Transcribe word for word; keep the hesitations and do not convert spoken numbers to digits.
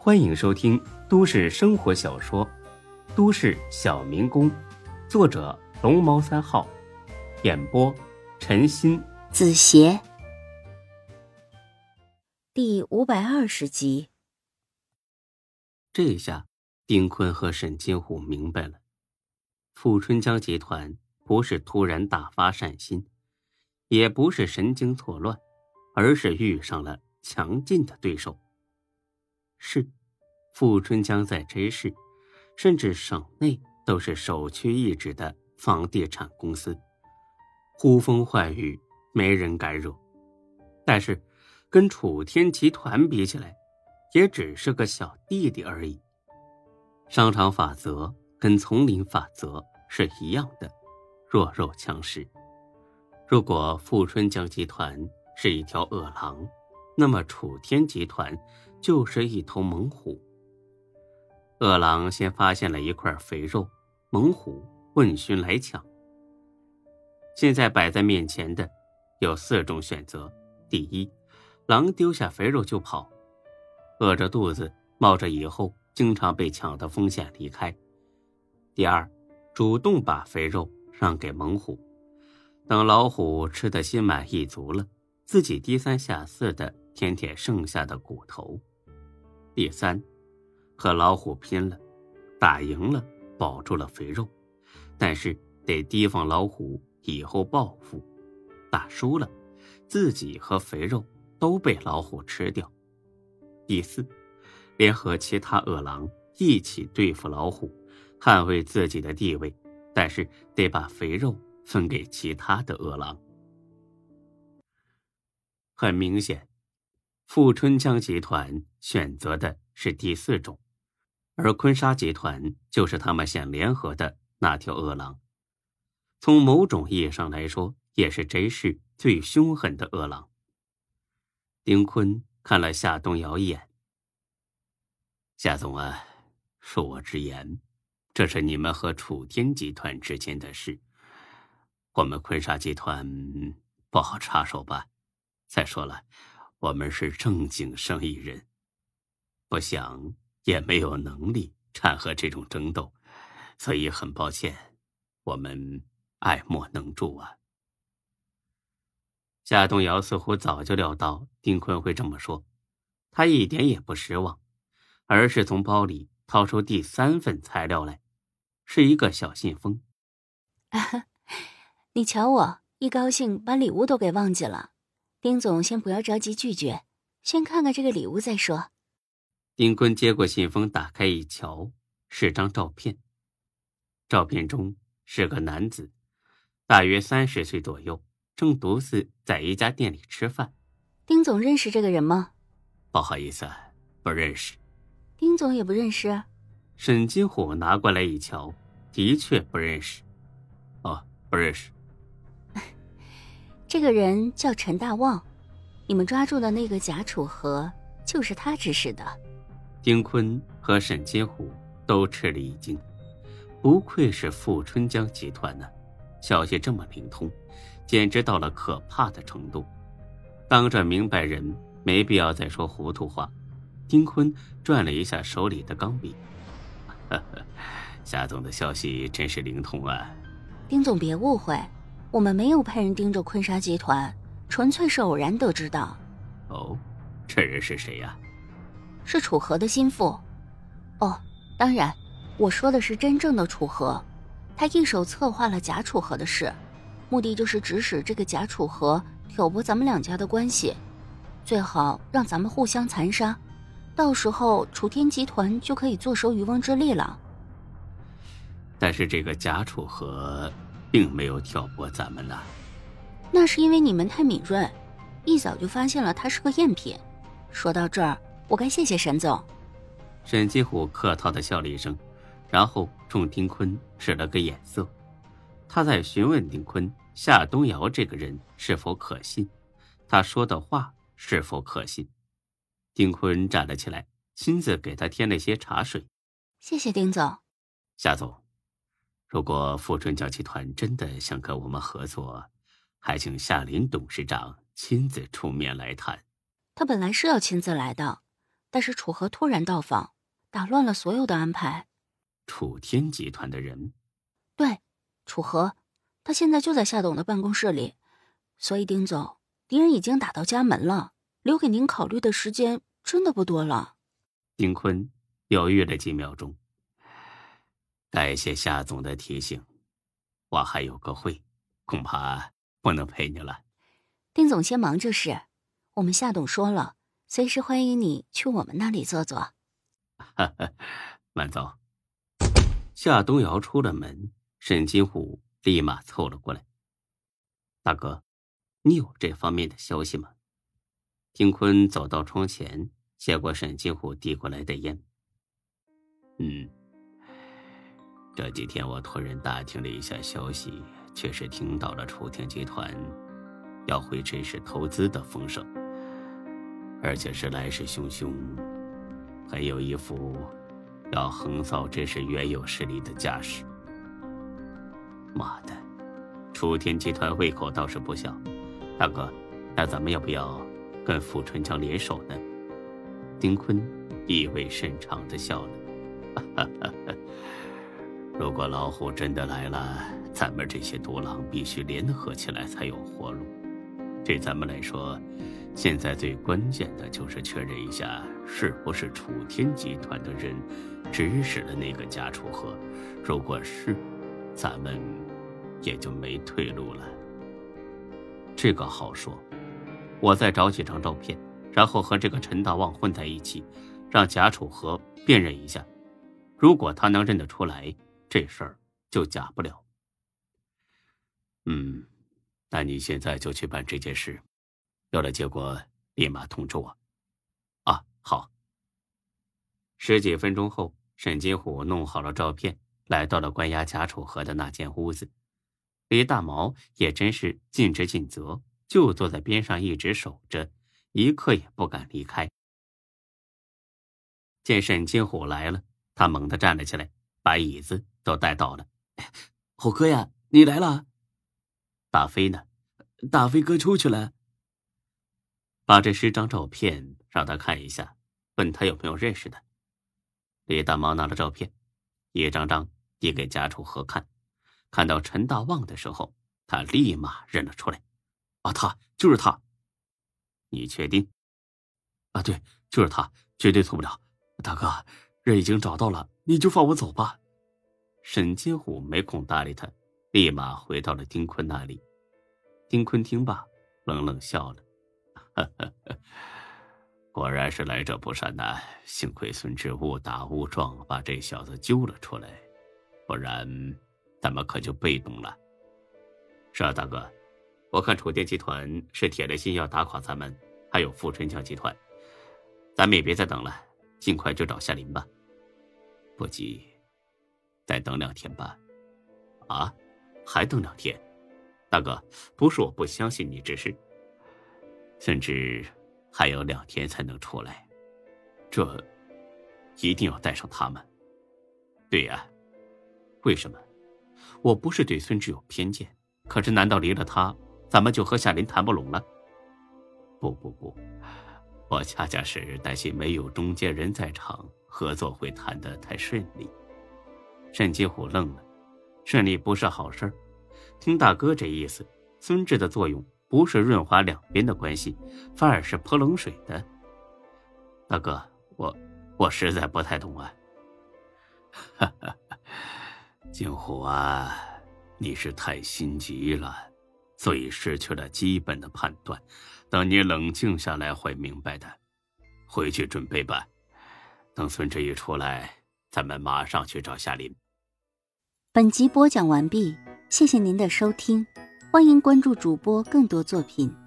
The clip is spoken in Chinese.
欢迎收听都市生活小说《都市小民工》，作者龙猫三号，演播陈鑫、 子邪，第五百二十集。 这下丁坤和沈金虎明白了，富春江集团不是突然大发善心，也不是神经错乱，而是遇上了强劲的对手。是，富春江在这市甚至省内都是首屈一指的房地产公司，呼风唤雨，没人敢惹。但是跟楚天集团比起来，也只是个小弟弟而已。商场法则跟丛林法则是一样的，弱肉强食。如果富春江集团是一条恶狼，那么楚天集团就是一头猛虎。恶狼先发现了一块肥肉，猛虎问讯来抢。现在摆在面前的有四种选择：第一，狼丢下肥肉就跑，饿着肚子冒着以后经常被抢的风险离开；第二，主动把肥肉让给猛虎，等老虎吃得心满意足了，自己低三下四的舔舔剩下的骨头；第三，和老虎拼了，打赢了保住了肥肉，但是得提防老虎以后报复，打输了自己和肥肉都被老虎吃掉；第四，联合其他恶狼一起对付老虎，捍卫自己的地位，但是得把肥肉分给其他的恶狼。很明显，富春江集团选择的是第四种，而坤沙集团就是他们想联合的那条恶狼。从某种意义上来说，也是这市最凶狠的恶狼。丁坤看了夏东尧一眼：夏总啊，恕我直言，这是你们和楚天集团之间的事，我们坤沙集团不好插手吧。再说了，我们是正经生意人，不想也没有能力掺和这种争斗，所以很抱歉，我们爱莫能助啊。夏东尧似乎早就料到丁坤会这么说，他一点也不失望，而是从包里掏出第三份材料来，是一个小信封。 啊，你瞧我一高兴把礼物都给忘记了，丁总先不要着急拒绝，先看看这个礼物再说。 丁坤接过信封，打开一瞧，是张照片。照片中是个男子，大约三十岁左右，正独自在一家店里吃饭。 丁总认识这个人吗？ 不好意思，不认识。 丁总也不认识？ 沈金虎拿过来一瞧，的确不认识。哦，不认识。 这个人叫陈大旺，你们抓住的那个贾楚河就是他指使的。 丁坤和沈金虎都吃了一惊，不愧是富春江集团呢、啊，消息这么灵通，简直到了可怕的程度。当着明白人，没必要再说糊涂话。丁坤转了一下手里的钢笔，呵呵，夏总的消息真是灵通啊。 丁总别误会，我们没有派人盯着坤沙集团，纯粹是偶然得知的。 哦，这人是谁呀、啊？ 是楚河的心腹。哦，当然，我说的是真正的楚河。他一手策划了贾楚河的事，目的就是指使这个贾楚河挑拨咱们两家的关系，最好让咱们互相残杀，到时候楚天集团就可以坐收渔翁之利了。 但是这个贾楚河并没有挑拨咱们呐、啊。 那是因为你们太敏锐，一早就发现了他是个赝品。说到这儿，我该谢谢沈总。 沈金虎客套地笑了一声，然后冲丁坤使了个眼色。他在询问丁坤夏东尧这个人是否可信，他说的话是否可信。丁坤站了起来，亲自给他添了些茶水。 谢谢丁总。 夏总，如果富春江集团真的想跟我们合作，还请夏林董事长亲自出面来谈。 他本来是要亲自来的， 但是楚河突然到访，打乱了所有的安排。 楚天集团的人？ 对，楚河，他现在就在夏董的办公室里。所以丁总，敌人已经打到家门了，留给您考虑的时间真的不多了。 丁坤犹豫了几秒钟，感谢夏总的提醒，我还有个会，恐怕不能陪你了。 丁总先忙就是，我们夏董说了，随时欢迎你去我们那里坐坐。 慢走。夏东尧出了门，沈金虎立马凑了过来。大哥，你有这方面的消息吗？丁坤走到窗前，接过沈金虎递过来的烟。嗯，这几天我托人打听了一下消息，确实听到了楚天集团要回真实投资的风声，而且是来势汹汹，很有一副要横扫这是原有势力的架势。妈的，楚天集团胃口倒是不小。大哥，那咱们要不要跟富春江联手呢？丁坤意味深长地笑了。如果老虎真的来了，咱们这些独狼必须联合起来才有活路。对咱们来说，现在最关键的就是确认一下是不是楚天集团的人指使了那个贾楚河。如果是，咱们也就没退路了。这个好说，我再找几张照片，然后和这个陈大旺混在一起，让贾楚河辨认一下。如果他能认得出来，这事儿就假不了。嗯，那你现在就去办这件事，有了结果立马通知我。啊，好。十几分钟后，沈金虎弄好了照片，来到了关押贾楚河的那间屋子。李大毛也真是尽职尽责，就坐在边上一直守着，一刻也不敢离开。见沈金虎来了，他猛地站了起来，把椅子都带倒了。 虎哥呀，你来了。 大飞呢？ 大飞哥出去了。 把这十张照片让他看一下，问他有没有认识的。李大毛拿了照片，一张张递给贾楚河看。看到陈大旺的时候，他立马认了出来。啊，他就是他。你确定？ 啊，对，就是他，绝对错不了。大哥，人已经找到了，你就放我走吧。 沈金虎没空搭理他，立马回到了丁坤那里。丁坤听罢，冷冷笑了。呵呵呵，果然是来者不善呐！幸亏孙志误打误撞把这小子揪了出来，不然咱们可就被动了。是啊，大哥，我看楚电集团是铁了心要打垮咱们，还有富春江集团，咱们也别再等了，尽快去找夏林吧。不急，再等两天吧。啊，还等两天？大哥，不是我不相信你，只是甚至还有两天才能出来，这一定要带上他们。对呀，为什么？我不是对孙志有偏见，可是难道离了他，咱们就和夏林谈不拢了？不不不，我恰恰是担心没有中间人在场，合作会谈得太顺利。沈金虎愣了，顺利不是好事。听大哥这意思，孙志的作用不是润滑两边的关系，反而是泼冷水的。大哥，我我实在不太懂啊。哈哈，金虎啊，你是太心急了，所以失去了基本的判断。等你冷静下来会明白的。回去准备吧，等孙志一出来，咱们马上去找夏林。 本集播讲完毕，谢谢您的收听，欢迎关注主播更多作品。